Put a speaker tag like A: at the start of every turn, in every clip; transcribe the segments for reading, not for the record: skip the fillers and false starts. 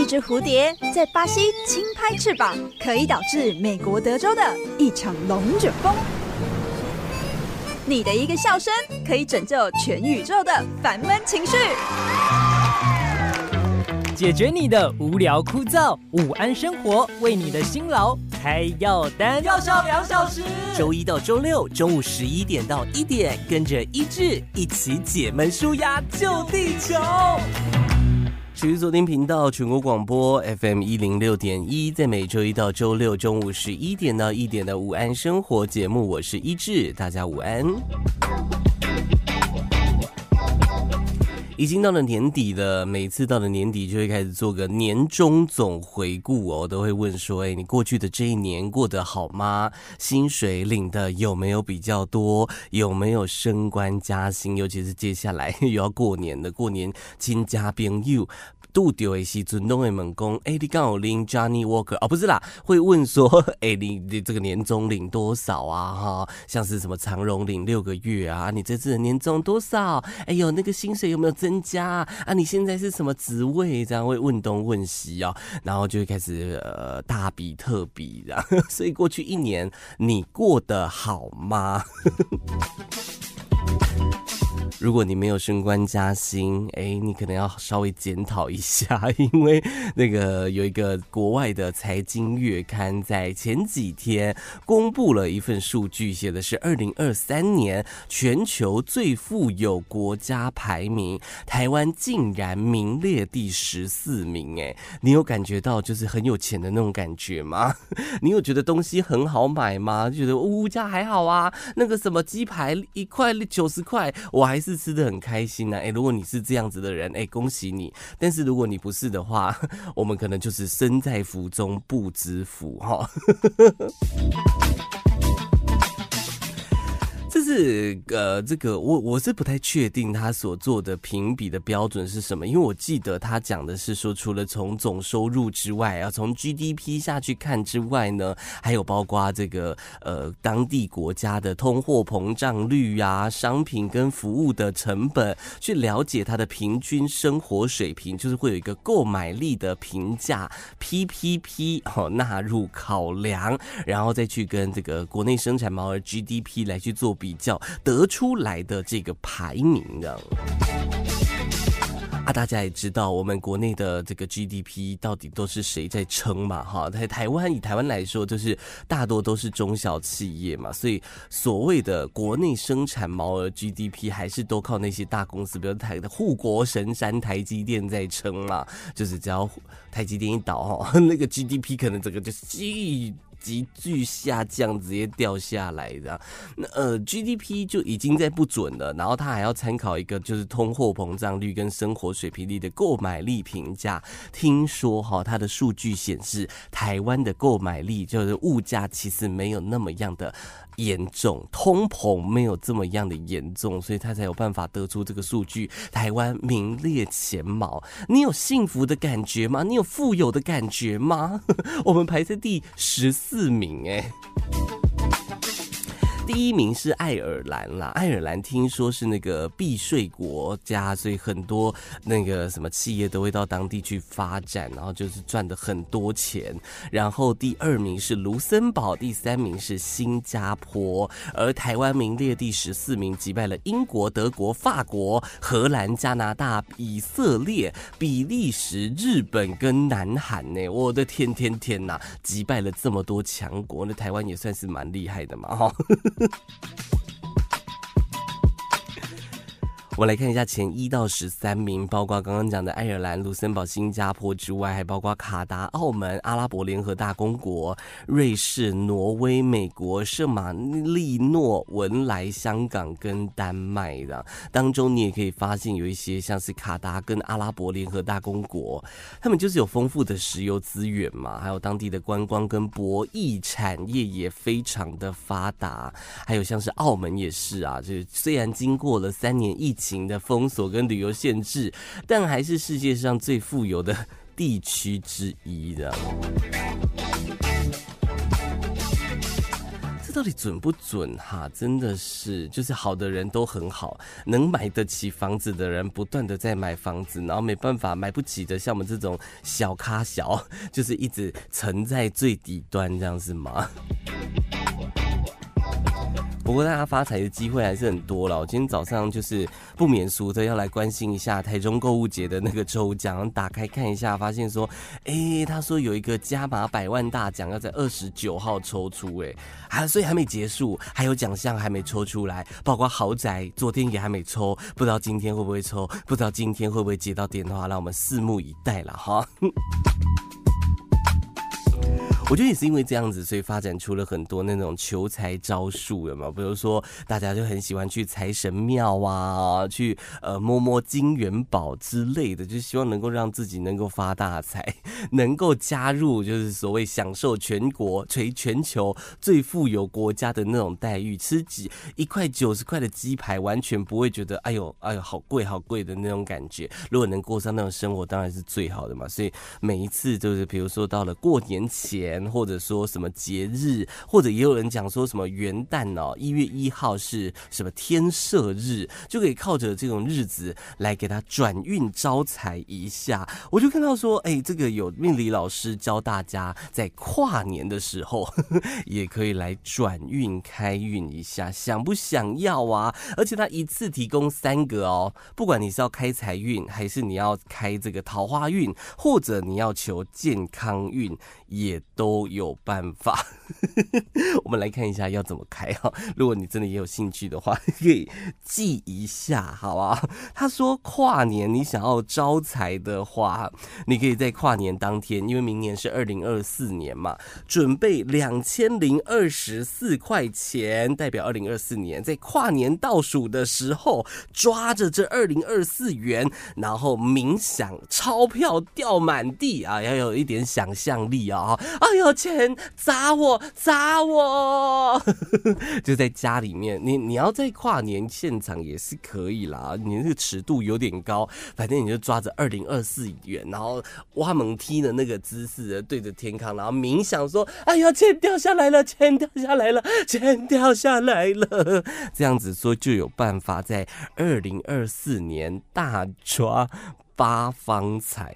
A: 一只蝴蝶在巴西轻拍翅膀，可以导致美国德州的一场龙卷风。你的一个笑声可以拯救全宇宙的烦闷情绪。
B: 解决你的无聊枯燥，午安生活为你的辛劳开药单，
C: 药效2小时，
D: 周一到周六中午11点到1点，跟着一志一起解闷舒压救地球。持续锁定频道全国广播 FM106.1， 在每周一到周六中午11点到1点的午安生活节目，我是一志，大家午安。已经到了年底了，每次到了年底就会开始做个年终总回顾哦，都会问说，你过去的这一年过得好吗？薪水领的有没有比较多？有没有升官加薪？尤其是接下来又要过年了，过年亲家朋友拄到的时阵都会问说，你刚好领 Johnny Walker 哦，不是啦，会问说，你这个年终领多少啊？哈，像是什么长荣领6个月啊，你这次的年终多少？哎呦，那个薪水有没有增加啊？你现在是什么职位？这样会问东问西哦，然后就会开始大比特比这样。所以过去一年你过得好吗？如果你没有升官加薪，你可能要稍微检讨一下，因为那个有一个国外的财经月刊在前几天公布了一份数据，写的是2023年全球最富有国家排名，台湾竟然名列第14名。你有感觉到就是很有钱的那种感觉吗？你有觉得东西很好买吗？觉得物价还好啊，那个什么鸡排1块90块，我还是吃得很开心啊！如果你是这样子的人，恭喜你。但是如果你不是的话，我们可能就是身在福中不知福哈。就是这个我是不太确定他所做的评比的标准是什么，因为我记得他讲的是说，除了从总收入之外，要从 GDP 下去看之外呢，还有包括这个当地国家的通货膨胀率啊，商品跟服务的成本，去了解它的平均生活水平，就是会有一个购买力的评价 PPP 纳入考量，然后再去跟这个国内生产毛额 GDP 来去做比较，得出来的这个排名的。大家也知道我们国内的这个 GDP 到底都是谁在撑嘛？哈，以台湾来说，就是大多都是中小企业嘛，所以所谓的国内生产毛额 GDP 还是都靠那些大公司，比如护国神山台积电在撑嘛，就是只要台积电一倒，那个 GDP 可能整个就是急剧下降，直接掉下来的。GDP 就已经在不准了，然后他还要参考一个就是通货膨胀率跟生活水平率的购买力评价。听说他的数据显示，台湾的购买力就是物价其实没有那么样的严重，通膨没有这么样的严重，所以他才有办法得出这个数据，台湾名列前茅。你有幸福的感觉吗？你有富有的感觉吗？我们排在第14名。第一名是爱尔兰啦，爱尔兰听说是那个避税国家，所以很多那个什么企业都会到当地去发展，然后就是赚的很多钱。然后第2名是卢森堡，第3名是新加坡，而台湾名列第14名，击败了英国、德国、法国、荷兰、加拿大、以色列、比利时、日本跟南韩呢。我的天哪，击败了这么多强国，那台湾也算是蛮厉害的嘛哈。我们来看一下前1到13名，包括刚刚讲的爱尔兰、卢森堡、新加坡之外，还包括卡达、澳门、阿拉伯联合大公国、瑞士、挪威、美国、圣马力诺、文莱、香港跟丹麦的。当中你也可以发现有一些像是卡达跟阿拉伯联合大公国，他们就是有丰富的石油资源嘛，还有当地的观光跟博弈产业也非常的发达，还有像是澳门也是啊，就是虽然经过了3年疫情的封锁跟旅游限制，但还是世界上最富有的地区之一的。 到底准不准哈？真的是，就是好的人都很好，能买得起房子的人不断的在买房子，然后没办法买不起的，像我们这种小咖小，就是一直沉在最底端，这样是吗？不过大家发财的机会还是很多了。我今天早上就是不免俗的要来关心一下台中购物节的那个抽奖，打开看一下，发现说，他说有一个加码100万大奖要在29号抽出，所以还没结束，还有奖项还没抽出来，包括豪宅，昨天也还没抽，不知道今天会不会抽，不知道今天会不会接到电话，让我们拭目以待了哈。我觉得也是因为这样子，所以发展出了很多那种求财招数，有没有？比如说，大家就很喜欢去财神庙啊，去摸金元宝之类的，就希望能够让自己能够发大财，能够加入就是所谓享受全球最富有国家的那种待遇，吃1块90块的鸡排，完全不会觉得哎呦好贵的那种感觉。如果能过上那种生活，当然是最好的嘛。所以每一次就是比如说到了过年前，或者说什么节日，或者也有人讲说什么元旦1月1号是什么天赦日，就可以靠着这种日子来给他转运招财一下。我就看到说，这个有命理老师教大家在跨年的时候也可以来转运开运一下，想不想要啊？而且他一次提供3个哦，不管你是要开财运，还是你要开这个桃花运，或者你要求健康运，也都有办法。我们来看一下要怎么开哈。如果你真的也有兴趣的话，可以记一下，好吧？他说跨年你想要招财的话，你可以在跨年当天，因为明年是2024年嘛，准备2024块钱，代表2024年，在跨年倒数的时候，抓着这2024元，然后冥想钞票掉满地啊，要有一点想象力啊！哎呦，钱砸我！就在家里面，你要在跨年现场也是可以啦，你那个尺度有点高，反正你就抓着2024元，然后挖门梯的那个姿势，对着天空，然后冥想说：“哎呀，钱掉下来了，钱掉下来了，钱掉下来了。”这样子说就有办法在2024年大抓8方财。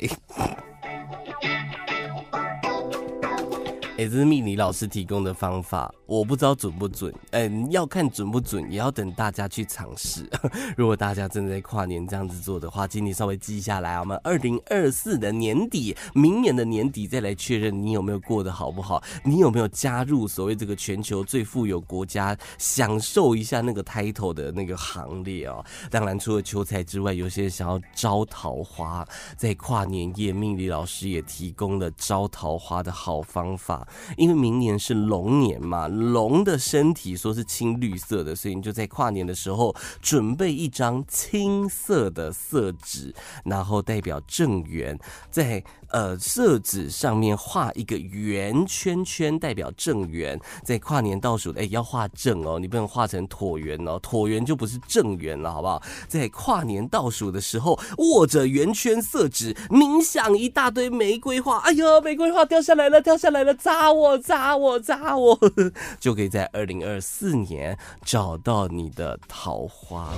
D: 这是命理老师提供的方法，我不知道准不准，要看准不准，也要等大家去尝试。如果大家真的在跨年这样子做的话，请你稍微记下来，我们2024的年底，明年的年底再来确认你有没有过得好不好，你有没有加入所谓这个全球最富有国家，享受一下那个 title 的那个行列哦。当然，除了求财之外，有些人想要招桃花，在跨年夜，命理老师也提供了招桃花的好方法。因为明年是龙年嘛，龙的身体说是青绿色的，所以你就在跨年的时候准备一张青色的色纸，然后代表正缘，在色纸上面画一个圆圈圈，代表正缘。在跨年倒数，要画正哦，你不能画成椭圆哦，椭圆就不是正缘了，好不好？在跨年倒数的时候，握着圆圈色纸，冥想一大堆玫瑰花，哎呦，玫瑰花掉下来了，砸我，就可以在2024年找到你的桃花。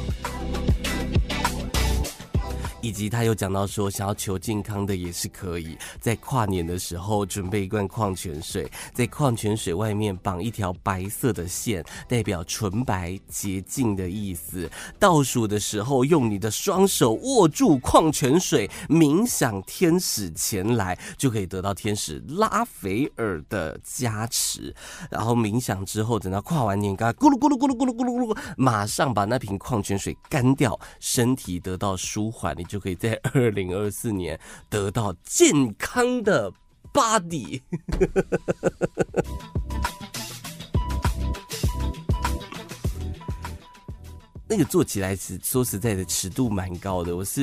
D: 以及他有讲到说，想要求健康的也是可以，在跨年的时候准备一罐矿泉水，在矿泉水外面绑一条白色的线，代表纯白洁净的意思。倒数的时候，用你的双手握住矿泉水，冥想天使前来，就可以得到天使拉斐尔的加持。然后冥想之后，等到跨完年，咕噜咕噜咕噜咕噜咕噜咕噜，马上把那瓶矿泉水干掉，身体得到舒缓，你就可以在2024年得到健康的 body。那个做起来说实在的尺度蛮高的，我是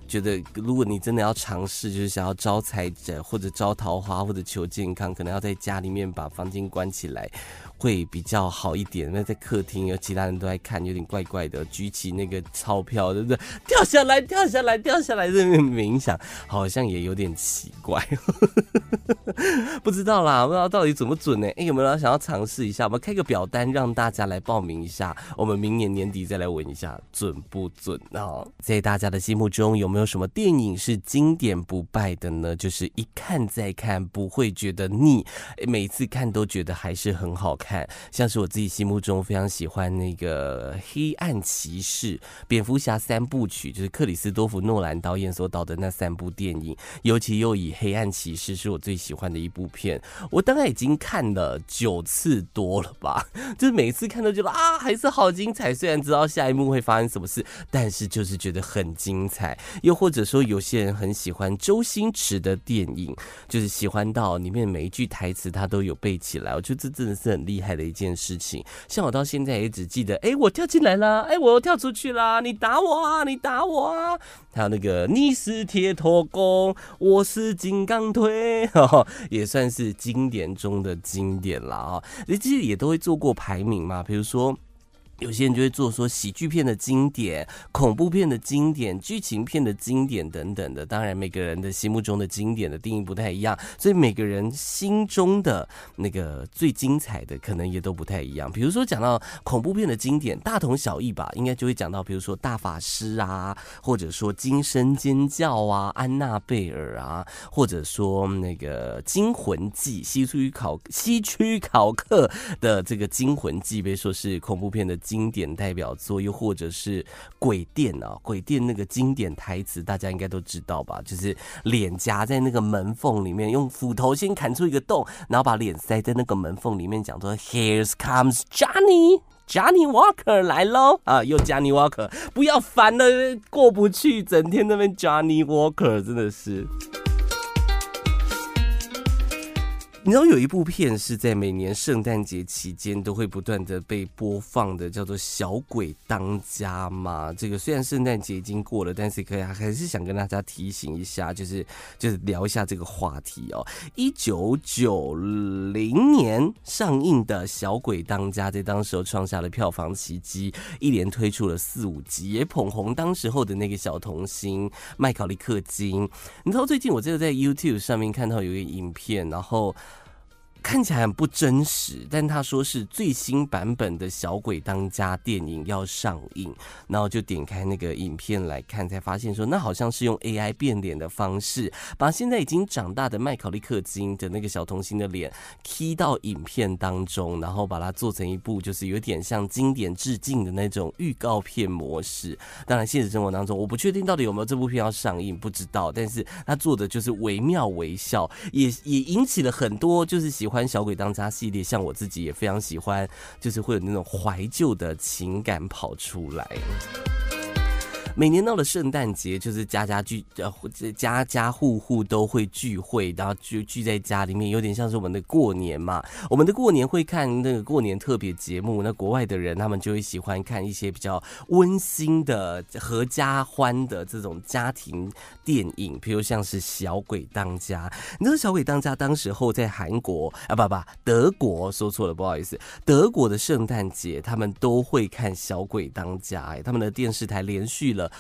D: 觉得如果你真的要尝试，就是想要招财或者招桃花或者求健康，可能要在家里面把房间关起来会比较好一点。那在客厅有其他人都在看，有点怪怪的，举起那个钞票，对不对？掉下来掉下来掉下来，这边冥想好像也有点奇怪。不知道啦，不知道到底准不准呢？有没有人想要尝试一下？我们开个表单让大家来报名一下，我们明年年底再来问一下准不准哦。在大家的心目中有没有什么电影是经典不败的呢？就是一看再看不会觉得腻，每次看都觉得还是很好看。像是我自己心目中非常喜欢那个黑暗骑士、蝙蝠侠3部曲，就是克里斯多夫诺兰导演所导的那3部电影，尤其又以黑暗骑士是我最喜欢的一部片，我大概已经看了9次多了吧，就是每次看都觉得还是好精彩，虽然知道下一幕会发生什么事，但是就是觉得很精彩。又或者说有些人很喜欢周星驰的电影，就是喜欢到里面每一句台词他都有背起来，我觉得这真的是很厉害的一件事情。像我到现在也只记得我跳进来了，我又跳出去啦，你打我啊，你打我啊，还有那个你是铁头功，我是金刚腿，也算是经典中的经典啦。其实也都会做过排名嘛，比如说有些人就会做说喜剧片的经典、恐怖片的经典、剧情片的经典等等的。当然每个人的心目中的经典的定义不太一样，所以每个人心中的那个最精彩的可能也都不太一样。比如说讲到恐怖片的经典，大同小异吧，应该就会讲到比如说大法师啊，或者说惊声尖叫啊、安娜贝尔啊，或者说那个惊魂记、希区考克的这个惊魂记被说是恐怖片的经典代表作，又或者是鬼店啊，鬼店那个经典台词大家应该都知道吧，就是脸夹在那个门缝里面，用斧头先砍出一个洞，然后把脸塞在那个门缝里面，讲说 Here comes Johnny Walker 来咯啊，又 Johnny Walker， 不要烦了，过不去，整天那边 Johnny Walker 真的是。你知道有一部片是在每年圣诞节期间都会不断的被播放的，叫做《小鬼当家》吗？这个虽然圣诞节已经过了，但是还是想跟大家提醒一下，就是聊一下这个话题哦。1990年上映的《小鬼当家》在当时创下了票房奇迹，一连推出了4、5集，也捧红当时候的那个小童星麦考利克金。你知道最近我在 YouTube 上面看到有一个影片，然后看起来很不真实，但他说是最新版本的小鬼当家电影要上映，然后就点开那个影片来看，才发现说那好像是用 AI 变脸的方式，把现在已经长大的麦考利克金的那个小童星的脸 key 到影片当中，然后把它做成一部就是有点像经典致敬的那种预告片模式。当然现实生活当中我不确定到底有没有这部片要上映，不知道，但是他做的就是惟妙惟肖，也引起了很多就是喜欢小鬼当家系列，像我自己也非常喜欢，就是会有那种怀旧的情感跑出来。每年到了圣诞节，就是家家户户都会聚会，然后聚在家里面，有点像是我们的过年嘛。我们的过年会看那个过年特别节目，那国外的人他们就会喜欢看一些比较温馨的、合家欢的这种家庭电影，比如像是《小鬼当家》。你知道《小鬼当家》当时候在韩国德国，说错了，不好意思，德国的圣诞节他们都会看《小鬼当家》，他们的电视台连续了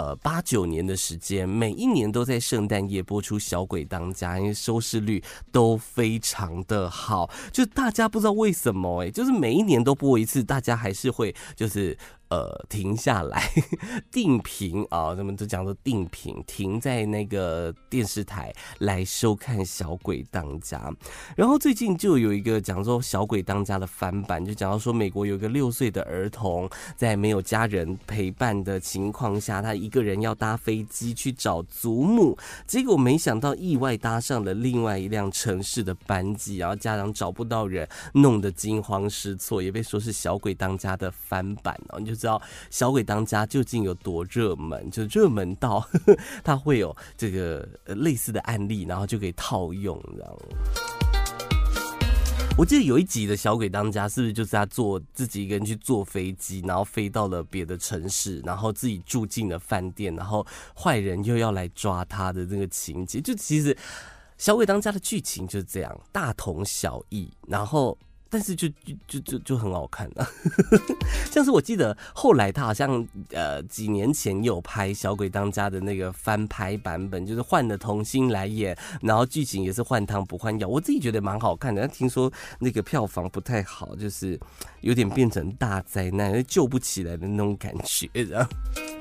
D: 8、9年的时间，每一年都在圣诞夜播出《小鬼当家》，因为收视率都非常的好，就大家不知道为什么就是每一年都播一次，大家还是会就是停下来定屏啊，他们都讲说定屏，停在那个电视台来收看《小鬼当家》。然后最近就有一个讲说《小鬼当家》的翻版，就讲到说美国有一个6岁的儿童在没有家人陪伴的情况下，他一个人要搭飞机去找祖母，结果没想到意外搭上了另外一辆城市的班机，然后家长找不到人，弄得惊慌失措，也被说是《小鬼当家》的翻版哦。你就知道《小鬼当家》究竟有多热门，就热门到它会有这个类似的案例，然后就可以套用这样。 我记得有一集的小鬼当家，是不是就是他自己一个人去坐飞机，然后飞到了别的城市，然后自己住进了饭店，然后坏人又要来抓他的这个情节？就其实小鬼当家的剧情就是这样，大同小异，然后但是就很好看啊。像是我记得后来他好像几年前有拍小鬼当家的那个翻拍版本，就是换了童星来演，然后剧情也是换汤不换药，我自己觉得蛮好看的。但听说那个票房不太好，就是有点变成大灾难，救不起来的那种感觉这样。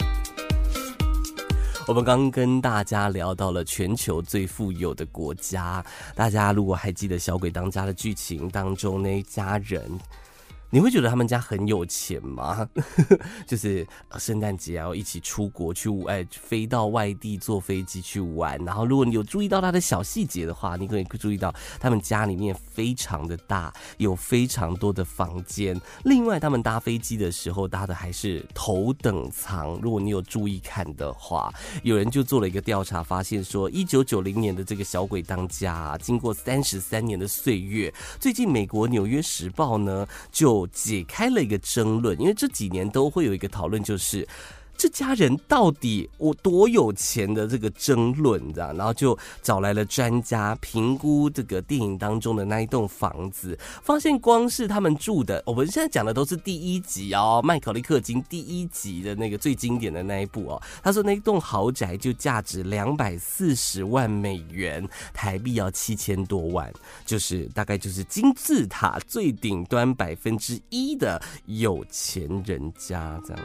D: 我们刚跟大家聊到了全球最富有的国家，大家如果还记得小鬼当家的剧情当中那一家人，你会觉得他们家很有钱吗？就是圣诞节要一起出国去飞到外地坐飞机去玩，然后如果你有注意到他的小细节的话，你可以注意到他们家里面非常的大，有非常多的房间。另外他们搭飞机的时候搭的还是头等舱，如果你有注意看的话，有人就做了一个调查，发现说1990年的这个小鬼当家经过33年的岁月，最近美国纽约时报呢就解开了一个争论，因为这几年都会有一个讨论，就是这家人到底多有钱的这个争论，你知道？然后就找来了专家评估这个电影当中的那一栋房子，发现光是他们住的，我们现在讲的都是第一集哦，麦考利克金第一集的那个最经典的那一部哦。他说那一栋豪宅就价值240万美元，台币要7000多万，就是大概就是金字塔最顶端1%的有钱人家这样。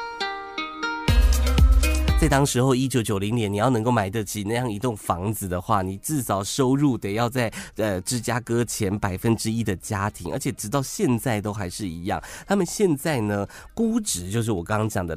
D: 在当时候1990年，你要能够买得起那样一栋房子的话，你至少收入得要在芝加哥前1%的家庭，而且直到现在都还是一样。他们现在呢，估值就是我刚刚讲的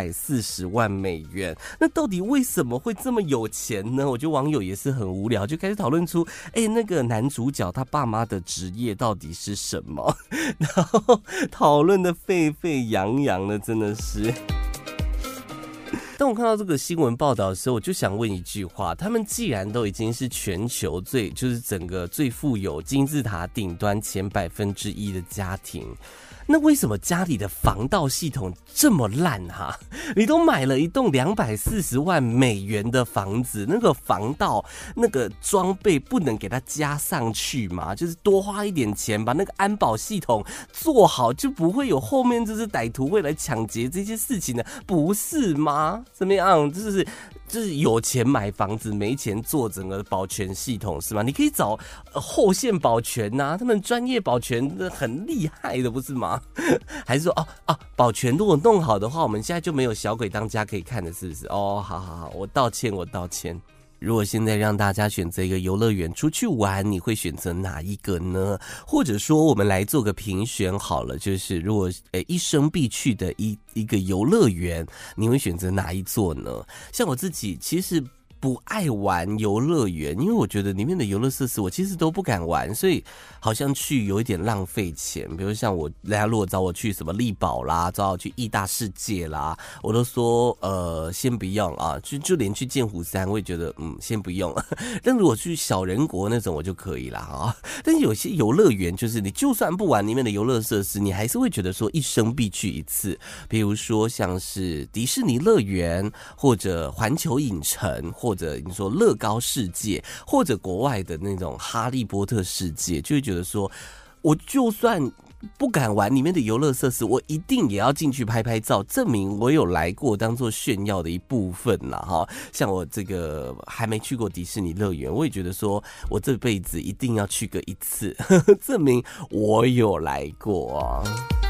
D: 240万美元。那到底为什么会这么有钱呢？我觉得网友也是很无聊，就开始讨论出，那个男主角他爸妈的职业到底是什么？然后讨论的沸沸扬扬的，真的是。当我看到这个新闻报道的时候，我就想问一句话：他们既然都已经是全球就是整个最富有金字塔顶端前1%的家庭，那为什么家里的防盗系统这么烂哈？你都买了一栋240万美元的房子，那个防盗那个装备不能给它加上去吗？就是多花一点钱把那个安保系统做好，就不会有后面这些歹徒会来抢劫这些事情的，不是吗？怎么样？就是有钱买房子，没钱做整个保全系统是吗？你可以找后线保全啊，他们专业保全很厉害的，不是吗？还是说保全如果弄好的话，我们现在就没有小鬼当家可以看的，是不是？好，我道歉。如果现在让大家选择一个游乐园出去玩，你会选择哪一个呢？或者说我们来做个评选好了，就是如果一生必去的一个游乐园，你会选择哪一座呢？像我自己其实不爱玩游乐园，因为我觉得里面的游乐设施我其实都不敢玩，所以好像去有一点浪费钱。比如像大家如果找我去什么力宝啦，找我去义大世界啦，我都说先不用啊，就连去剑湖山我也觉得先不用。但如果去小人国那种我就可以啦啊。但是有些游乐园就是你就算不玩里面的游乐设施，你还是会觉得说一生必去一次。比如说像是迪士尼乐园，或者环球影城，或者你说乐高世界，或者国外的那种哈利波特世界，就会觉得说我就算不敢玩里面的游乐设施，我一定也要进去拍拍照，证明我有来过，当做炫耀的一部分啦哈。像我这个还没去过迪士尼乐园，我也觉得说我这辈子一定要去个一次，证明我有来过啊。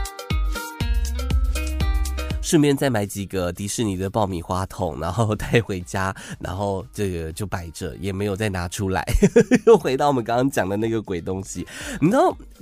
D: 顺便再买几个迪士尼的爆米花桶，然后带回家，然后这个就摆着，也没有再拿出来。又回到我们刚刚讲的那个鬼东西，你知道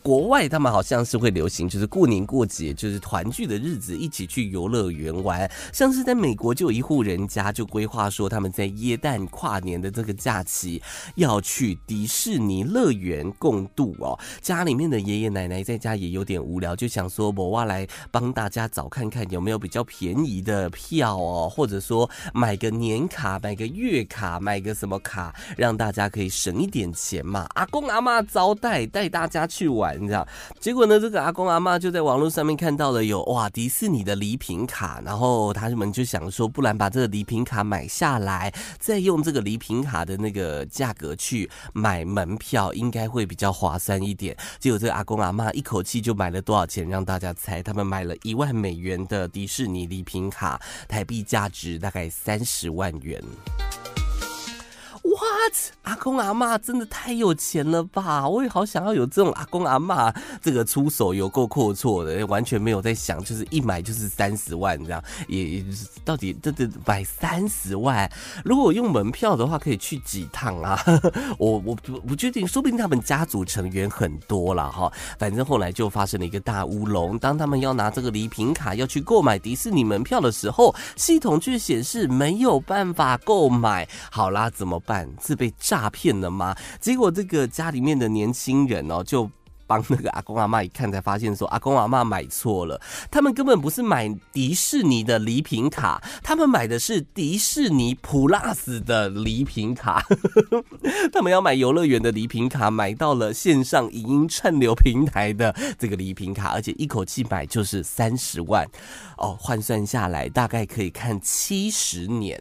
D: 国外他们好像是会流行，就是过年过节，就是团聚的日子，一起去游乐园玩。像是在美国就有一户人家就规划说，他们在耶诞跨年的这个假期要去迪士尼乐园共度哦。家里面的爷爷奶奶在家也有点无聊，就想说我来帮大家找看看有没有比较便宜的票哦，或者说买个年卡、买个月卡、买个什么卡，让大家可以省一点钱嘛。阿公阿嬷招待，带大家去玩这样。结果呢，这个阿公阿嬷就在网络上面看到了有迪士尼的礼品卡，然后他们就想说，不然把这个礼品卡买下来，再用这个礼品卡的那个价格去买门票，应该会比较划算一点。结果这个阿公阿嬷一口气就买了多少钱？让大家猜，他们买了1万美元的迪士尼礼品卡，台币价值大概30万元。What？ 阿公阿嬷真的太有钱了吧！我也好想要有这种阿公阿嬷，这个出手有够阔绰的，完全没有在想，就是一买就是30万这样，也到底这买30万，如果我用门票的话，可以去几趟啊？我不确定，说不定他们家族成员很多啦哈。反正后来就发生了一个大乌龙，当他们要拿这个礼品卡要去购买迪士尼门票的时候，系统却显示没有办法购买。好啦，怎么办？是被诈骗了吗？结果这个家里面的年轻人就帮那个阿公阿嬷一看，才发现说阿公阿嬷买错了，他们根本不是买迪士尼的礼品卡，他们买的是迪士尼 Plus 的礼品卡。他们要买游乐园的礼品卡，买到了线上影音串流平台的这个礼品卡，而且一口气买就是30万换算下来大概可以看70年。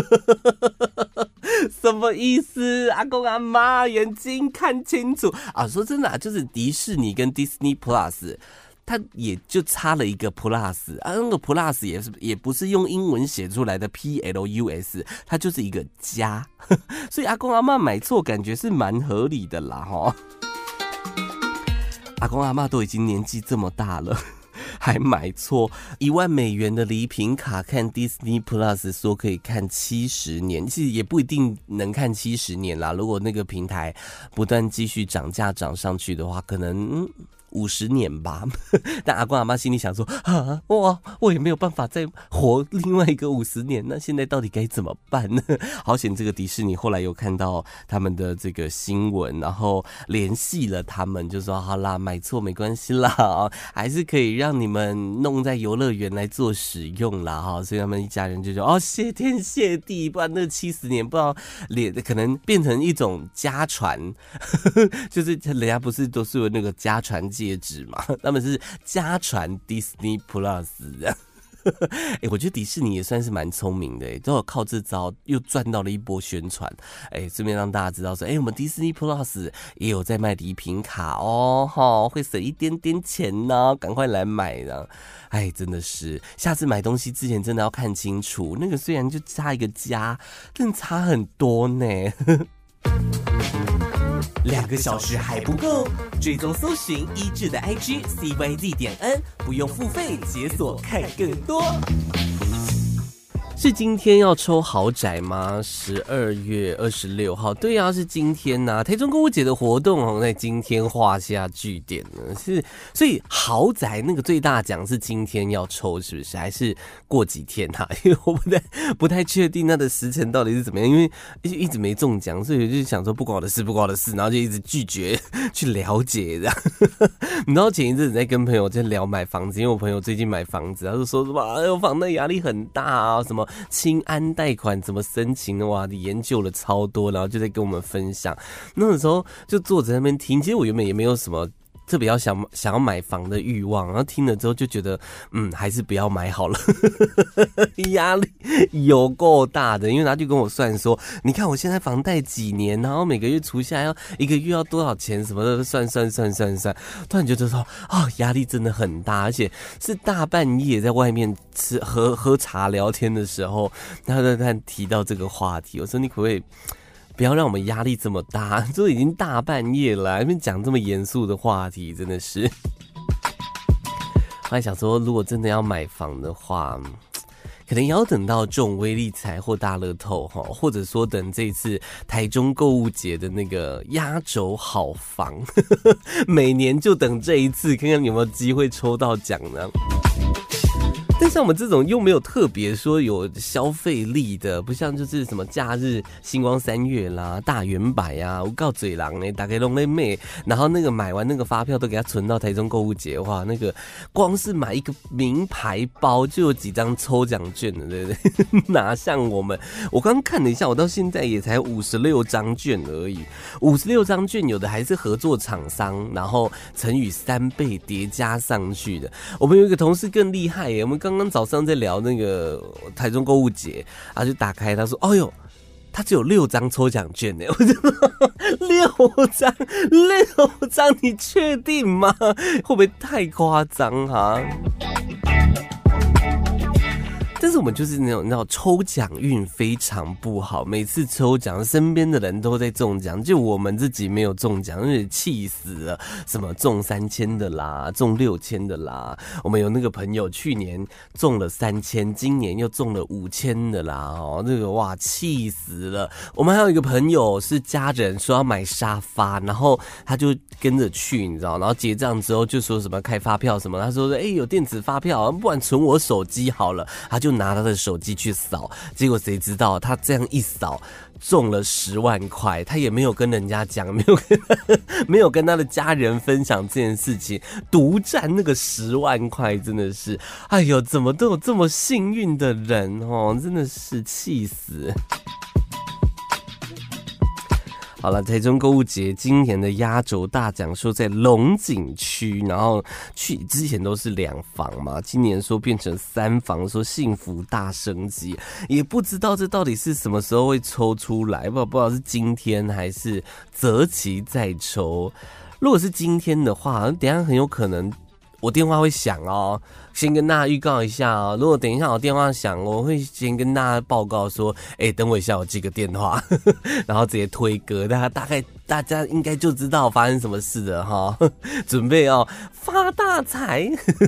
D: 什么意思？阿公阿嬷眼睛看清楚啊！说真的就是迪士尼跟 Disney Plus， 它也就差了一个 Plus 啊，那个 Plus 也不是用英文写出来的 Plus， 它就是一个加，所以阿公阿嬷买错感觉是蛮合理的啦齁。阿公阿嬷都已经年纪这么大了，还买错1万美元的礼品卡看 Disney Plus， 说可以看70年，其实也不一定能看70年啦。如果那个平台不断继续涨价涨上去的话，可能50年吧。但阿公阿嬷心里想说我也没有办法再活另外一个50年，那现在到底该怎么办呢？好险这个迪士尼后来有看到他们的这个新闻，然后联系了他们，就说好啦，买错没关系啦，还是可以让你们弄在游乐园来做使用啦。所以他们一家人就说谢天谢地，不然那70年不知道可能变成一种家传。就是人家不是都是有那个家传戒指嘛，他们是家传 Disney Plus 的。我觉得迪士尼也算是蛮聪明的，都有靠这招又赚到了一波宣传。顺便让大家知道说，我们 Disney Plus 也有在卖礼品卡会省一点点钱呢，赶快来买的。真的是，下次买东西之前真的要看清楚，那个虽然就差一个加，但差很多呢。2个小时还不够，追踪搜寻一致的 IG CYZ.N， 不用付费解锁看更多。是今天要抽豪宅吗？12月26号，对啊，是今天啊。台中购物节的活动在今天画下句点呢，所以豪宅那个最大奖是今天要抽，是不是？还是过几天啊？因为我不太确定它的时程到底是怎么样，因为一直没中奖，所以我就想说不关我的事，然后就一直拒绝去了解这样。你知道前一阵子在跟朋友在聊买房子，因为我朋友最近买房子，他就说什么房贷压力很大啊，什么青安贷款怎么申请的，哇，你研究了超多，然后就在跟我们分享。那时候就坐在那边听，其实我原本也没有什么特别想要买房的欲望，然后听了之后就觉得还是不要买好了。压力有够大的，因为他就跟我算说，你看我现在房贷几年，然后每个月除下来要一个月要多少钱什么的，算，突然觉得说压力真的很大，而且是大半夜在外面喝茶聊天的时候，他提到这个话题，我说你可不可以不要让我们压力这么大，都已经大半夜了，那边讲这么严肃的话题，真的是。后来想说，如果真的要买房的话，可可能也要等到中威力彩或大乐透哈，或者说等这次台中购物节的那个压轴好房，每年就等这一次，看看有没有机会抽到奖呢？但像我们这种又没有特别说有消费力的，不像就是什么假日星光3月啦、大圆百啊、我告嘴狼呢，大概都在妹，然后那个买完那个发票都给他存到台中购物节的话，那个光是买一个名牌包就有几张抽奖券了，对不对？哪像我们，我刚看了一下，我到现在也才56张券而已，56张券有的还是合作厂商，然后乘以3倍叠加上去的。我们有一个同事更厉害耶，我们刚刚早上在聊那个台中购物节，啊，就打开他说：“哦呦，他只有6张抽奖券呢。”我就6张，你确定吗？会不会太夸张哈？但是我们就是那种抽奖运非常不好，每次抽奖身边的人都在中奖，就我们自己没有中奖，因为气死了。什么中3000的啦，中6000的啦，我们有那个朋友去年中了3000，今年又中了5000的啦，哦，这个哇气死了。我们还有一个朋友是家人说要买沙发，然后他就跟着去，你知道，然后结账之后就说什么开发票什么，他说有电子发票，不然存我手机好了，他就拿他的手机去扫，结果谁知道他这样一扫中了10万块，他也没有跟人家讲，没有跟他的家人分享这件事情，独占那个10万块，真的是，哎呦，怎么都有这么幸运的人哦，真的是气死。好了，台中购物节今年的压轴大奖说在龙井区，然后去之前都是2房嘛，今年说变成3房，说幸福大升级，也不知道这到底是什么时候会抽出来，不知道是今天还是择期再抽。如果是今天的话，等一下很有可能我电话会响哦，先跟大家预告一下哦。如果等一下我电话响，我会先跟大家报告说，等我一下，我接个电话，然后直接推歌，大家应该就知道发生什么事了哈。准备哦，发大财。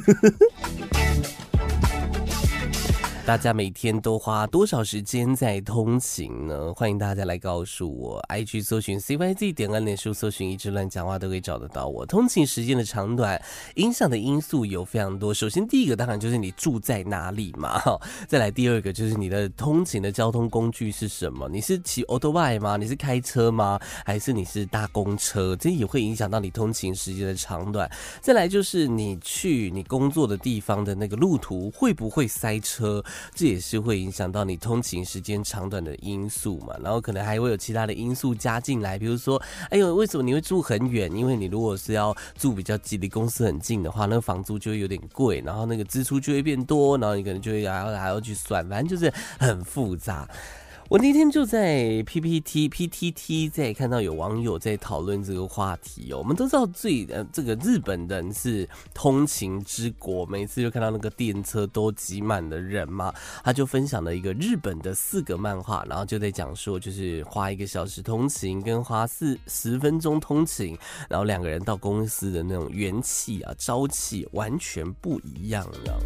D: 大家每天都花多少时间在通勤呢？欢迎大家来告诉我 ，IG 搜寻 CYZ 点脸书搜寻一直乱讲话都可以找得到我。通勤时间的长短影响的因素有非常多，首先第一个当然就是你住在哪里嘛，再来第二个就是你的通勤的交通工具是什么？你是骑 Autobike 吗？你是开车吗？还是你是搭公车？这也会影响到你通勤时间的长短。再来就是你去你工作的地方的那个路途会不会塞车？这也是会影响到你通勤时间长短的因素嘛，然后可能还会有其他的因素加进来，比如说，为什么你会住很远？因为你如果是要住比较离公司很近的话，那个房租就会有点贵，然后那个支出就会变多，然后你可能就会还要去算，反正就是很复杂。我那天就在 PTT 在看到有网友在讨论这个话题哦。我们都知道这个日本人是通勤之国，每次就看到那个电车都挤满了人嘛。他就分享了一个日本的4个漫画，然后就在讲说，就是花1个小时通勤跟花10分钟通勤，然后2个人到公司的那种元气啊、朝气完全不一样了。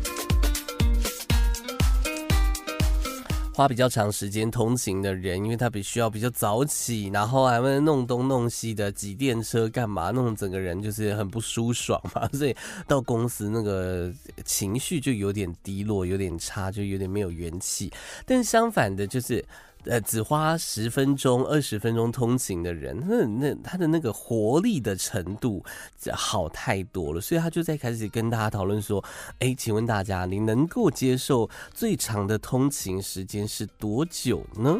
D: 花比较长时间通勤的人，因为他需要比较早起，然后还会弄东弄西的挤电车干嘛，弄整个人就是很不舒爽嘛，所以到公司那个情绪就有点低落，有点差，就有点没有元气。但相反的就是只花10分钟、20分钟通勤的人，他的那个活力的程度好太多了，所以他就在开始跟大家讨论说，请问大家，你能够接受最长的通勤时间是多久呢？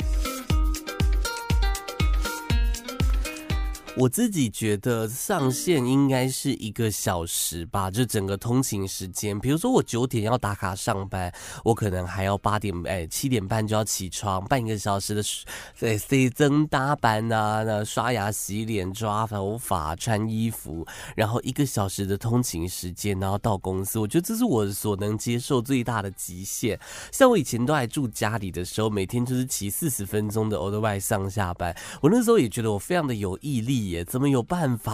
D: 我自己觉得上限应该是1个小时吧，就整个通勤时间。比如说我9点要打卡上班，我可能还要7点半就要起床，半个小时的洗增搭班啊，刷牙洗脸、抓头发、穿衣服，然后1个小时的通勤时间，然后到公司。我觉得这是我所能接受最大的极限。像我以前都还住家里的时候，每天就是骑40分钟的 Autobike 上下班，我那时候也觉得我非常的有毅力耶，怎么有办法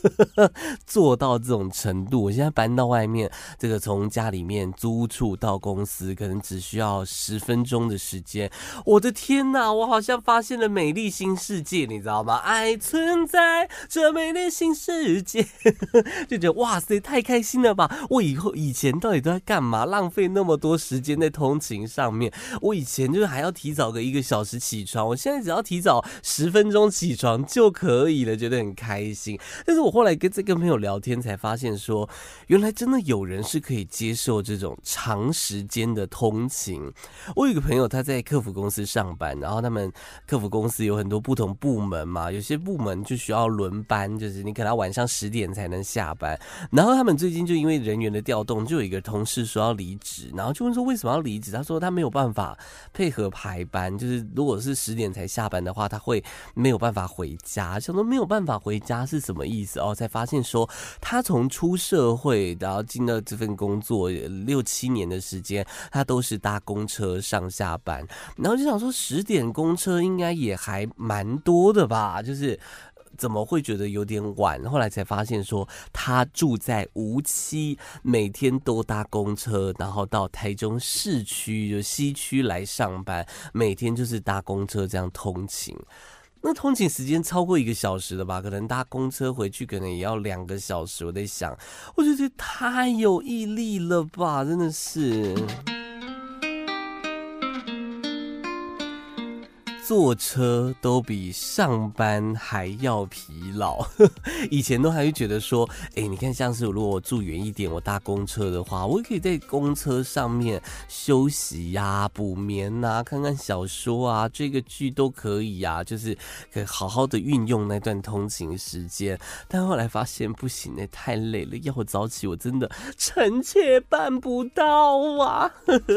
D: 做到这种程度。我现在搬到外面，这个从家里面租屋处到公司，可能只需要10分钟的时间。我的天哪，我好像发现了美丽新世界，你知道吗？爱存在这美丽新世界，就觉得哇塞，太开心了吧！我以前到底都在干嘛？浪费那么多时间在通勤上面。我以前就是还要提早个1个小时起床，我现在只要提早10分钟起床就可以了，觉得很开心。但是我后来跟朋友聊天才发现说，原来真的有人是可以接受这种长时间的通勤。我有一个朋友他在客服公司上班，然后他们客服公司有很多不同部门嘛，有些部门就需要轮班，就是你可能要晚上10点才能下班。然后他们最近就因为人员的调动，就有一个同事说要离职，然后就问说为什么要离职，他说他没有办法配合排班，就是如果是10点才下班的话，他会没有办法回家。想说没有办法回家是什么意思哦？才发现说他从出社会然后进到这份工作6、7年的时间，他都是搭公车上下班。然后就想说10点公车应该也还蛮多的吧，就是怎么会觉得有点晚？后来才发现说他住在无期，每天都搭公车，然后到台中市区就西区来上班，每天就是搭公车这样通勤。那通勤时间超过1个小时了吧？可能搭公车回去可能也要2个小时。我在想，我觉得太有毅力了吧，真的是。坐车都比上班还要疲劳。以前都还会觉得说，你看像是如果我住远一点，我搭公车的话，我也可以在公车上面休息呀、补眠啊、看看小说啊、追个剧都可以啊，就是可以好好的运用那段通勤时间。但后来发现不行，太累了，要我早起我真的臣妾办不到啊。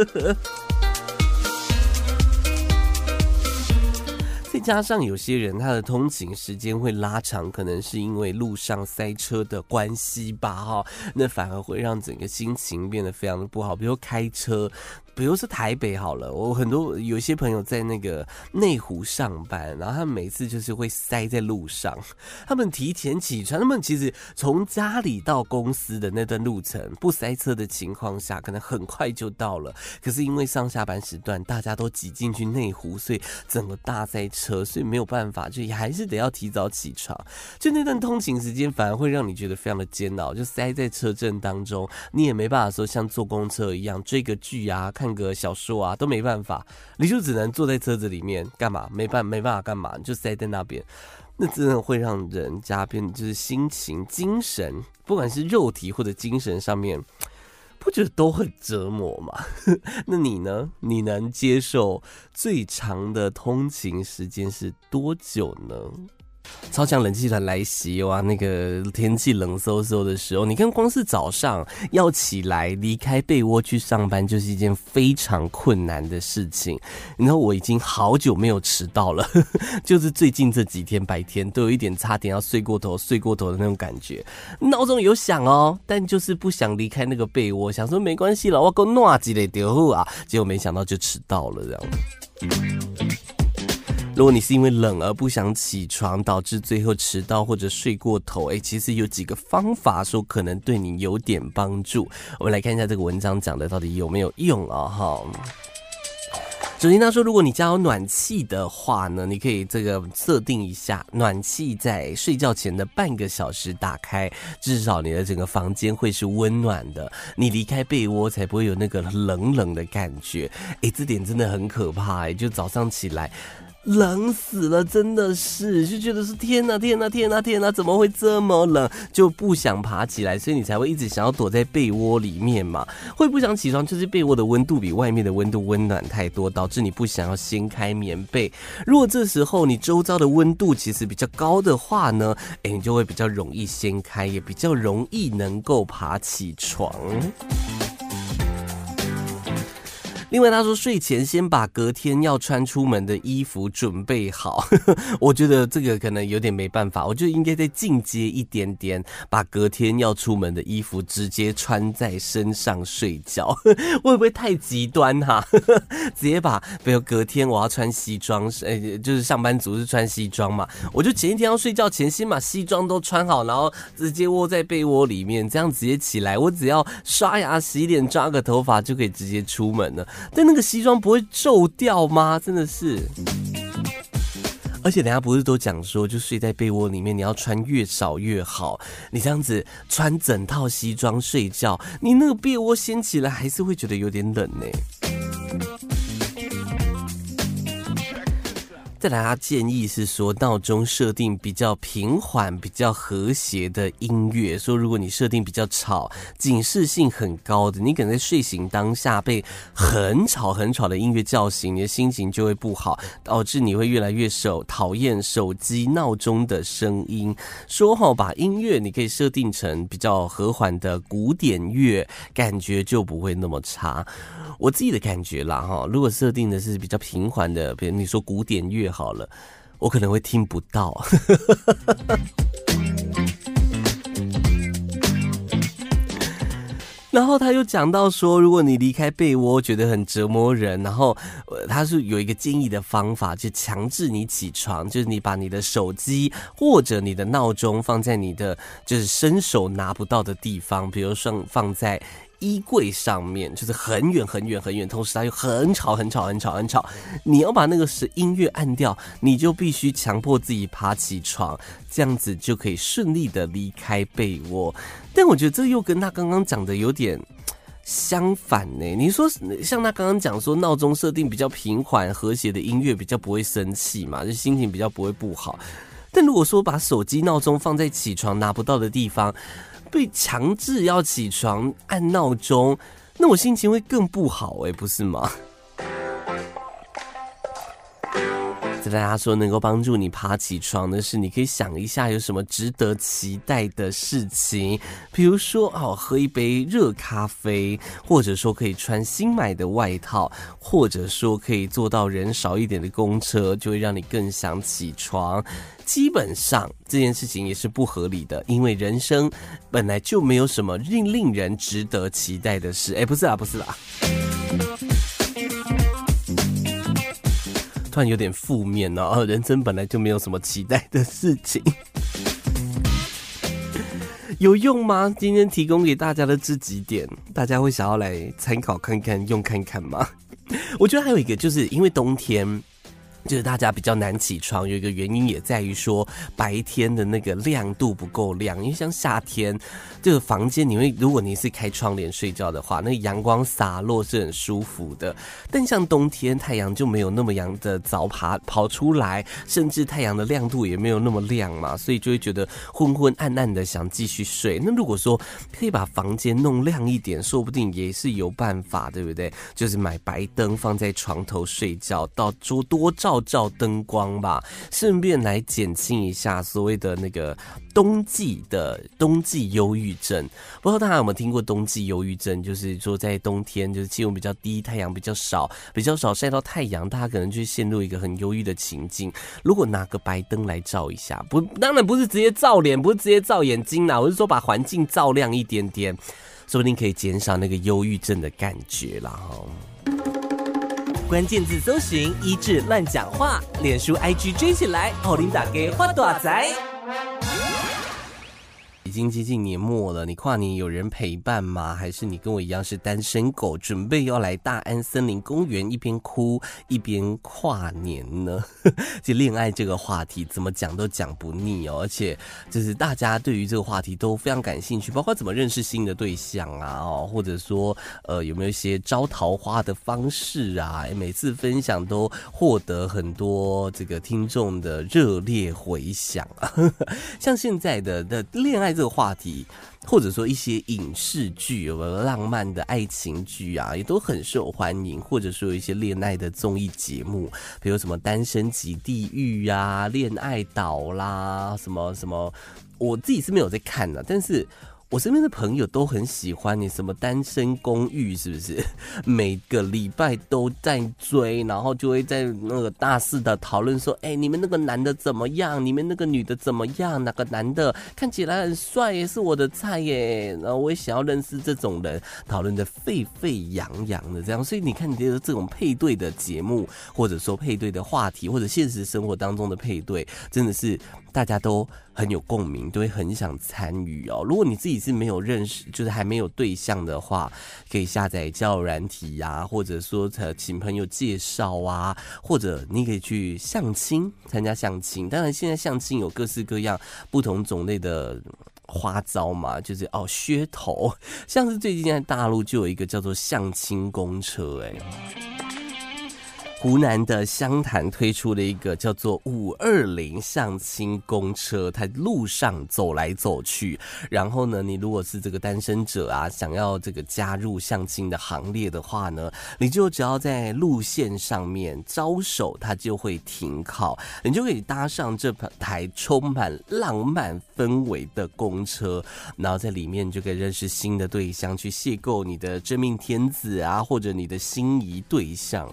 D: 再加上有些人他的通勤时间会拉长，可能是因为路上塞车的关系吧，那反而会让整个心情变得非常的不好。比如开车，比如说台北好了，我有些朋友在那个内湖上班，然后他们每次就是会塞在路上，他们提前起床，他们其实从家里到公司的那段路程不塞车的情况下，可能很快就到了。可是因为上下班时段大家都挤进去内湖，所以整个大塞车，所以没有办法，就也还是得要提早起床。就那段通勤时间反而会让你觉得非常的煎熬，就塞在车阵当中，你也没办法说像坐公车一样追个剧啊、看个小说啊，都没办法，你就只能坐在车子里面干嘛？没办法干嘛？你就塞在那边，那真的会让人家变，就是心情、精神，不管是肉体或者精神上面，不觉得都很折磨吗？那你呢？你能接受最长的通勤时间是多久呢？超强冷气团来袭哇！那个天气冷颼颼的时候，你看光是早上要起来离开被窝去上班，就是一件非常困难的事情。然后我已经好久没有迟到了，就是最近这几天白天都有一点差点要睡过头的那种感觉。闹钟有响哦，但就是不想离开那个被窝，想说没关系了，我够暖几嘞丢后啊，结果没想到就迟到了这样。如果你是因为冷而不想起床，导致最后迟到或者睡过头，其实有几个方法说可能对你有点帮助。我们来看一下这个文章讲的到底有没有用啊？首先他说，如果你家有暖气的话呢，你可以这个设定一下，暖气在睡觉前的半个小时打开，至少你的整个房间会是温暖的，你离开被窝才不会有那个冷冷的感觉。这点真的很可怕，就早上起来冷死了，真的是就觉得是天哪，怎么会这么冷，就不想爬起来，所以你才会一直想要躲在被窝里面嘛。会不想起床，就是被窝的温度比外面的温度温暖太多，导致你不想要掀开棉被。如果这时候你周遭的温度其实比较高的话呢，你就会比较容易掀开，也比较容易能够爬起床。 另外他说睡前先把隔天要穿出门的衣服准备好，我觉得这个可能有点没办法，我觉得应该再进阶一点点，把隔天要出门的衣服直接穿在身上睡觉，会不会太极端哈？直接把比如隔天我要穿西装，就是上班族是穿西装嘛，我就前一天要睡觉前先把西装都穿好，然后直接窝在被窝里面，这样直接起来，我只要刷牙洗脸抓个头发就可以直接出门了。但那个西装不会皱掉吗？真的是。而且等一下不是都讲说，就睡在被窝里面，你要穿越少越好。你这样子穿整套西装睡觉，你那个被窝掀起来还是会觉得有点冷呢。再来，他建议是说闹钟设定比较平缓、比较和谐的音乐。说如果你设定比较吵、警示性很高的，你可能在睡醒当下被很吵的音乐叫醒，你的心情就会不好，导致你会越来越讨厌手机闹钟的声音。说把音乐你可以设定成比较和缓的古典乐，感觉就不会那么差。我自己的感觉啦如果设定的是比较平缓的，比如你说古典乐好了，我可能会听不到。然后他又讲到说，如果你离开被窝觉得很折磨人，然后他是有一个建议的方法，就强制你起床，就是你把你的手机或者你的闹钟放在你的就是伸手拿不到的地方，比如说放在衣柜上面，就是很远，同时它又很吵，你要把那个音乐按掉，你就必须强迫自己爬起床，这样子就可以顺利的离开被窝。但我觉得这又跟他刚刚讲的有点相反呢。你说像他刚刚讲说闹钟设定比较平缓和谐的音乐比较不会生气嘛，就心情比较不会不好。但如果说把手机闹钟放在起床拿不到的地方，被强制要起床按闹钟，那我心情会更不好不是吗？再大家说能够帮助你爬起床的是，你可以想一下有什么值得期待的事情，比如说喝一杯热咖啡，或者说可以穿新买的外套，或者说可以坐到人少一点的公车，就会让你更想起床。基本上这件事情也是不合理的，因为人生本来就没有什么令人值得期待的事。不是啦，突然有点负面人生本来就没有什么期待的事情。有用吗？今天提供给大家的这几点，大家会想要来参考看看用看看吗？我觉得还有一个就是因为冬天就是大家比较难起床，有一个原因也在于说白天的那个亮度不够亮，因为像夏天这个房间如果你是开窗帘睡觉的话，那个阳光洒落是很舒服的，但像冬天太阳就没有那么样的早跑出来，甚至太阳的亮度也没有那么亮嘛，所以就会觉得昏昏暗暗的想继续睡。那如果说可以把房间弄亮一点，说不定也是有办法，对不对？就是买白灯放在床头睡觉，到多照灯光吧，顺便来减轻一下所谓的那个冬季忧郁症。不知道大家有没有听过冬季忧郁症？就是说在冬天就是气温比较低，太阳比较少晒到太阳，大家可能就陷入一个很忧郁的情境。如果拿个白灯来照一下，当然不是直接照脸，不是直接照眼睛啦，我是说把环境照亮一点点，说不定可以减少那个忧郁症的感觉啦
B: 关键字搜寻一致乱讲话，脸书 IG 追起来，林大给花大财。
D: 已经接近年末了，你跨年有人陪伴吗？还是你跟我一样是单身狗，准备要来大安森林公园一边哭一边跨年呢？其实恋爱这个话题怎么讲都讲不腻而且就是大家对于这个话题都非常感兴趣，包括怎么认识新的对象啊，或者说有没有一些招桃花的方式啊，每次分享都获得很多这个听众的热烈回响啊。像现在的恋爱这个话题，或者说一些影视剧，有没有浪漫的爱情剧啊，也都很受欢迎，或者说有一些恋爱的综艺节目，比如什么单身即地狱啊、恋爱岛啦，什么，我自己是没有在看的，但是我身边的朋友都很喜欢你什么单身公寓，是不是？每个礼拜都在追，然后就会在那个大肆的讨论说，你们那个男的怎么样？你们那个女的怎么样？哪个男的看起来很帅耶，是我的菜耶，然后我也想要认识这种人，讨论的沸沸扬扬的这样。所以你看，你觉得这种配对的节目，或者说配对的话题，或者现实生活当中的配对，真的是大家都很有共鸣，都会很想参与哦。如果你自己是没有认识，就是还没有对象的话，可以下载交友软体啊，或者说请朋友介绍啊，或者你可以去相亲，参加相亲。当然，现在相亲有各式各样不同种类的花招嘛，就是噱头，像是最近在大陆就有一个叫做相亲公车，湖南的湘潭推出了一个叫做520相亲公车，它路上走来走去，然后呢，你如果是这个单身者啊，想要这个加入相亲的行列的话呢，你就只要在路线上面招手，它就会停靠，你就可以搭上这台充满浪漫氛围的公车，然后在里面就可以认识新的对象，去邂逅你的真命天子啊，或者你的心仪对象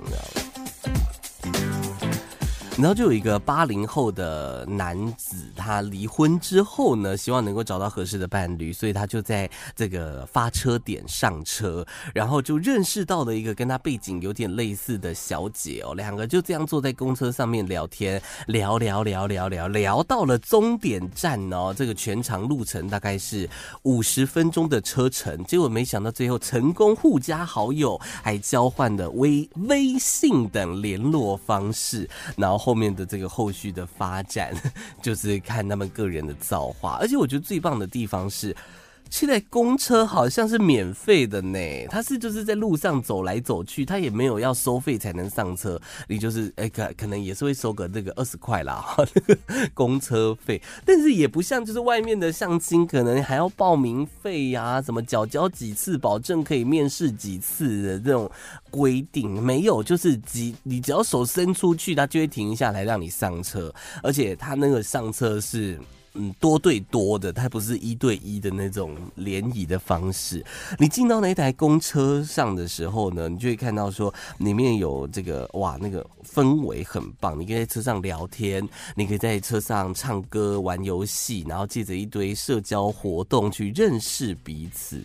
D: 然后就有一个80后的男子，他离婚之后呢，希望能够找到合适的伴侣，所以他就在这个发车点上车，然后就认识到了一个跟他背景有点类似的小姐哦，两个就这样坐在公车上面聊天，聊到了终点站哦，这个全长路程大概是50分钟的车程，结果没想到最后成功互加好友，还交换了微信等联络方式，然后后面的这个后续的发展就是看他们个人的造化。而且我觉得最棒的地方是，现在公车好像是免费的呢，它是就是在路上走来走去，它也没有要收费才能上车，你就是可能也是会收个这个20块啦公车费，但是也不像就是外面的相亲可能还要报名费啊，什么缴几次保证可以面试几次的这种规定，没有，就是你只要手伸出去，它就会停下来让你上车，而且它那个上车是多对多的，它不是1对1的那种联谊的方式。你进到那一台公车上的时候呢，你就会看到说里面有这个那个氛围很棒，你可以在车上聊天，你可以在车上唱歌玩游戏，然后借着一堆社交活动去认识彼此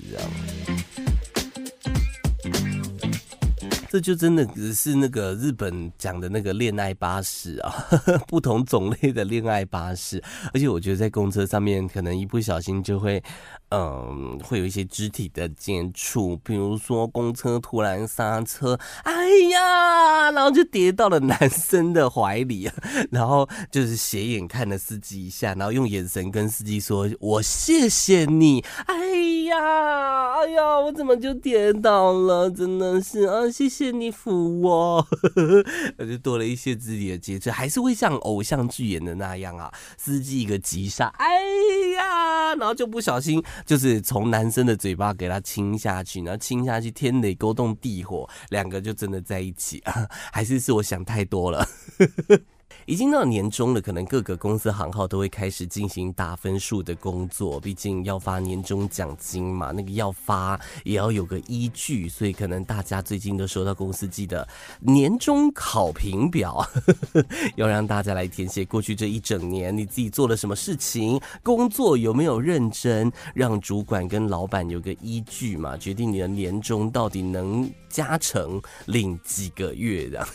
D: 这就真的只是那个日本讲的那个恋爱巴士啊，不同种类的恋爱巴士，而且我觉得在公车上面可能一不小心就会会有一些肢体的接触，比如说公车突然刹车，哎呀，然后就跌到了男生的怀里，然后就是斜眼看了司机一下，然后用眼神跟司机说我谢谢你，哎呀，我怎么就跌倒了，真的是谢谢你扶我我就多了一些肢体的接触，还是会像偶像剧演的那样啊，司机一个急刹，哎呀，然后就不小心就是从男生的嘴巴给他亲下去，然后亲下去天雷勾动地火，两个就真的在一起还是我想太多了已经到年终了，可能各个公司行号都会开始进行打分数的工作，毕竟要发年终奖金嘛，那个要发也要有个依据，所以可能大家最近都收到公司寄的年终考评表要让大家来填写过去这一整年你自己做了什么事情，工作有没有认真，让主管跟老板有个依据嘛，决定你的年终到底能加成领几个月这样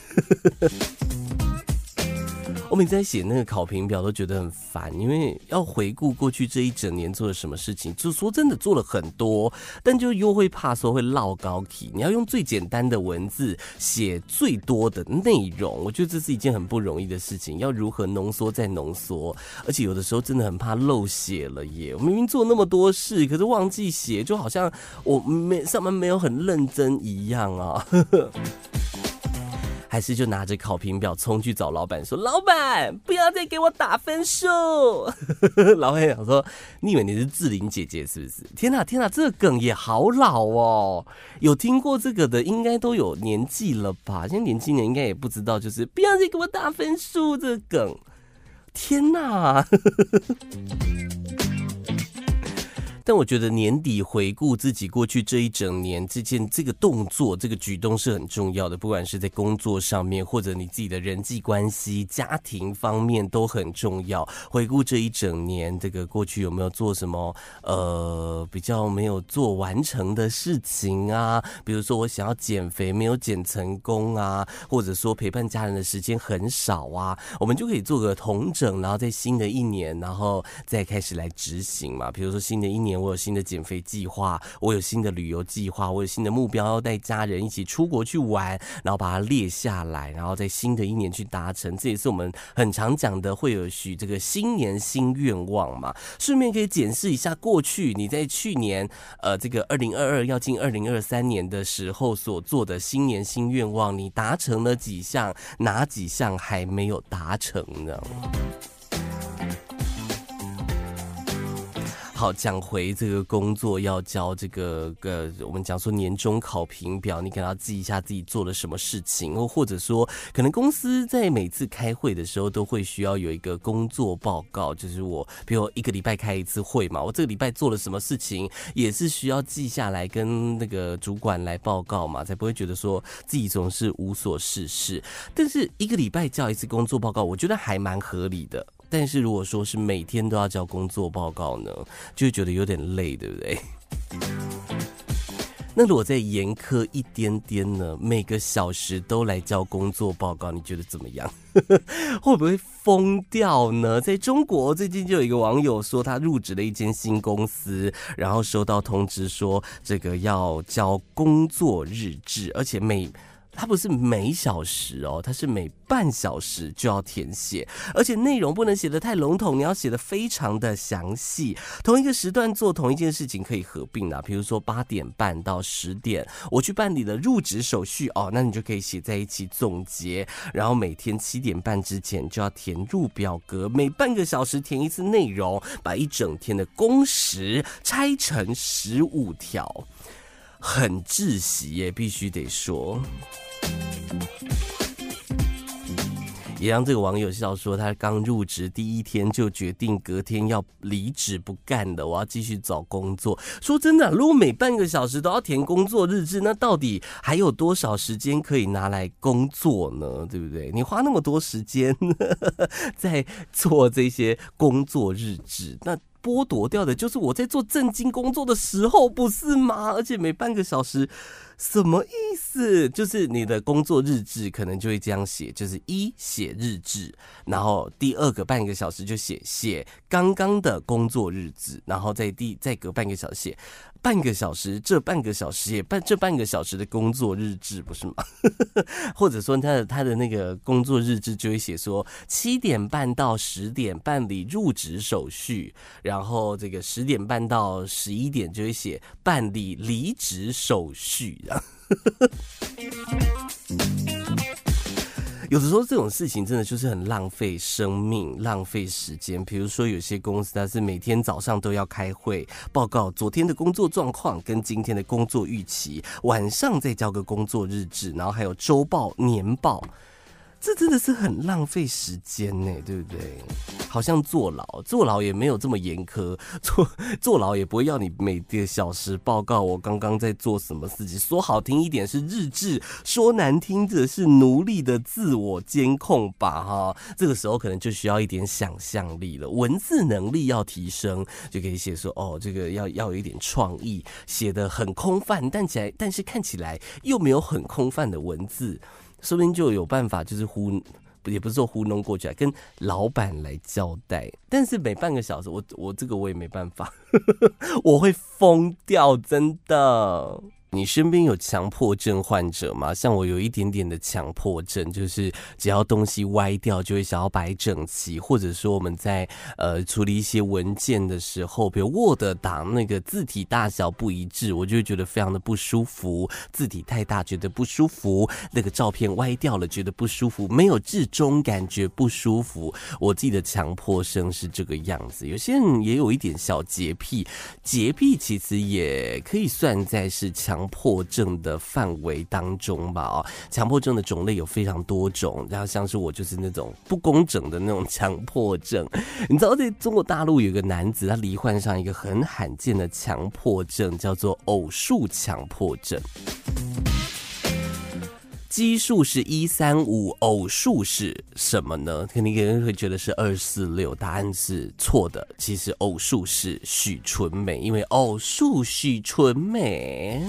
D: 我每次在写那个考评表都觉得很烦，因为要回顾过去这一整年做了什么事情，就说真的做了很多，但就又会怕说会落高题，你要用最简单的文字写最多的内容，我觉得这是一件很不容易的事情，要如何浓缩再浓缩，而且有的时候真的很怕漏写了耶，我明明做那么多事，可是忘记写，就好像我上班没有很认真一样啊还是就拿着考评表冲去找老板说，老板不要再给我打分数老板想说，你以为你是志玲姐姐是不是？天哪，这个梗也好老哦，有听过这个的应该都有年纪了吧，现在年轻人应该也不知道，就是不要再给我打分数这个梗，天哪但我觉得年底回顾自己过去这一整年，这个动作、这个举动是很重要的，不管是在工作上面，或者你自己的人际关系、家庭方面都很重要。回顾这一整年，这个过去有没有做什么比较没有做完成的事情啊？比如说我想要减肥没有减成功啊，或者说陪伴家人的时间很少啊，我们就可以做个统整，然后在新的一年，然后再开始来执行嘛。比如说新的一年我有新的减肥计划，我有新的旅游计划，我有新的目标要带家人一起出国去玩，然后把它列下来，然后在新的一年去达成。这也是我们很常讲的，会有许这个新年新愿望嘛。顺便可以检视一下过去你在去年这个2022要进2023年的时候所做的新年新愿望，你达成了几项，哪几项还没有达成呢？好，讲回这个工作要交这个我们讲说年终考评表，你可能要记一下自己做了什么事情，或者说可能公司在每次开会的时候都会需要有一个工作报告，就是我比如一个礼拜开一次会嘛，我这个礼拜做了什么事情也是需要记下来跟那个主管来报告嘛，才不会觉得说自己总是无所事事。但是一个礼拜交一次工作报告，我觉得还蛮合理的。但是如果说是每天都要交工作报告呢，就会觉得有点累，对不对？那如果再严苛一点点呢，每个小时都来交工作报告，你觉得怎么样？会不会疯掉呢？在中国最近就有一个网友说，他入职了一间新公司，然后收到通知说这个要交工作日志，而且它不是每小时哦，它是每半小时就要填写，而且内容不能写得太笼统，你要写得非常的详细。同一个时段做同一件事情可以合并比如说8点半到10点，我去办理了入职手续那你就可以写在一起总结，然后每天7点半之前就要填入表格，每半个小时填一次内容，把一整天的工时拆成15条。很窒息耶，必须得说。也让这个网友笑说，他刚入职第一天就决定隔天要离职不干了，我要继续找工作。说真的，如果每半个小时都要填工作日志，那到底还有多少时间可以拿来工作呢？对不对？你花那么多时间在做这些工作日志，那剥夺掉的就是我在做正经工作的时候，不是吗？而且每半个小时什么意思？就是你的工作日志可能就会这样写，就是写日志，然后第二个半个小时就写刚刚的工作日志，然后再隔半个小时写半个小时，这半个小时这半个小时的工作日志，不是吗？或者说他的那个工作日志就会写说7点半到10点办理入职手续，然后这个10点半到11点就会写办理离职手续。有的时候这种事情真的就是很浪费生命、浪费时间。比如说有些公司它是每天早上都要开会，报告昨天的工作状况跟今天的工作预期，晚上再交个工作日志，然后还有周报、年报。这真的是很浪费时间呢，对不对？好像坐牢也没有这么严苛，坐牢也不会要你每个小时报告我刚刚在做什么事情。说好听一点是日志，说难听的是奴隶的自我监控吧哈。这个时候可能就需要一点想象力了，文字能力要提升，就可以写说这个要有一点创意，写得很空泛，但是看起来又没有很空泛的文字。说不定就有办法，就是也不是说糊弄过去，跟老板来交代。但是每半个小时，我这个我也没办法，我会疯掉，真的。你身边有强迫症患者吗？像我有一点点的强迫症，就是只要东西歪掉就会想要摆整齐，或者说我们在处理一些文件的时候，比如 Word 档那个字体大小不一致，我就会觉得非常的不舒服，字体太大觉得不舒服，那个照片歪掉了觉得不舒服，没有至中感觉不舒服。我自己的强迫症是这个样子。有些人也有一点小洁癖，洁癖其实也可以算在是强强迫症的范围当中吧。强迫症的种类有非常多种，然后像是我就是那种不工整的那种强迫症。你知道在中国大陆有一个男子，他罹患上一个很罕见的强迫症，叫做偶数强迫症。奇数是135，偶数是什么呢？肯定有人会觉得是246，答案是错的。其实偶数是许纯美，因为偶数许纯美。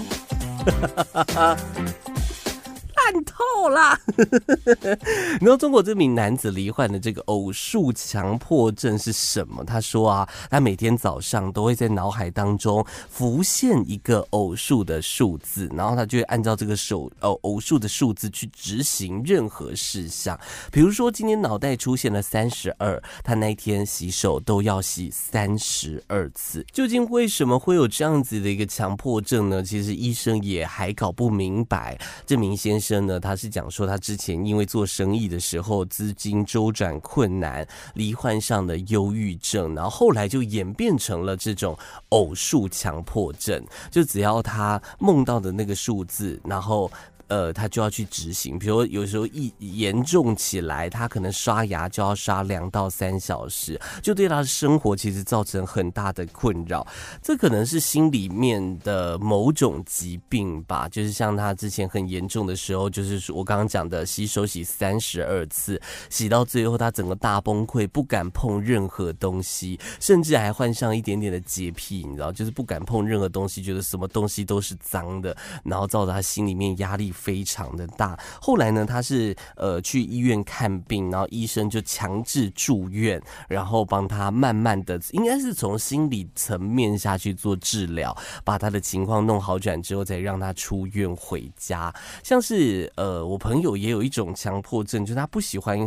D: 烂透啦！你知道中国这名男子罹患的这个偶数强迫症是什么？他说啊，他每天早上都会在脑海当中浮现一个偶数的数字，然后他就会按照这个偶数的数字去执行任何事项。比如说今天脑袋出现了32，他那一天洗手都要洗32次。究竟为什么会有这样子的一个强迫症呢？其实医生也还搞不明白。这名先生呢，他是讲说他之前因为做生意的时候资金周转困难，罹患上了忧郁症，然后后来就演变成了这种偶数强迫症，就只要他梦到的那个数字，然后他就要去执行。比如有时候一严重起来，他可能刷牙就要刷2到3小时，就对他的生活其实造成很大的困扰。这可能是心里面的某种疾病吧，就是像他之前很严重的时候，就是我刚刚讲的洗手洗32次，洗到最后他整个大崩溃，不敢碰任何东西，甚至还患上一点点的洁癖，你知道，就是不敢碰任何东西，觉得什么东西都是脏的，然后造成他心里面压力非常的大。后来呢，他是去医院看病，然后医生就强制住院，然后帮他慢慢的，应该是从心理层面下去做治疗，把他的情况弄好转之后，再让他出院回家。像是我朋友也有一种强迫症，就是他不喜欢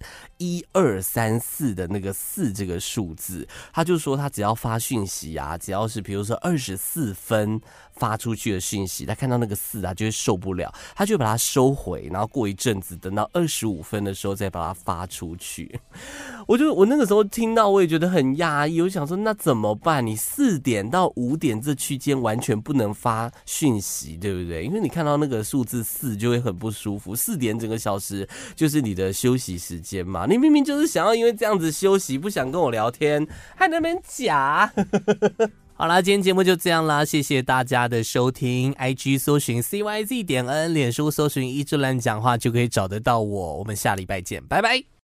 D: 1234的那个4这个数字，他就说他只要发讯息啊，只要是比如说24分发出去的讯息，他看到那个4啊就会受不了，他就会把它收回，然后过一阵子等到25分的时候再把它发出去。我那个时候听到我也觉得很压抑，我想说那怎么办？你4点到5点这区间完全不能发讯息，对不对？因为你看到那个数字4就会很不舒服，4点整个小时就是你的休息时间嘛，你明明就是想要因为这样子休息，不想跟我聊天，还在那边假。好啦，今天节目就这样啦，谢谢大家的收听。IG 搜寻 CYZ.N， 脸书搜寻一志兰讲话就可以找得到我。我们下礼拜见，拜拜。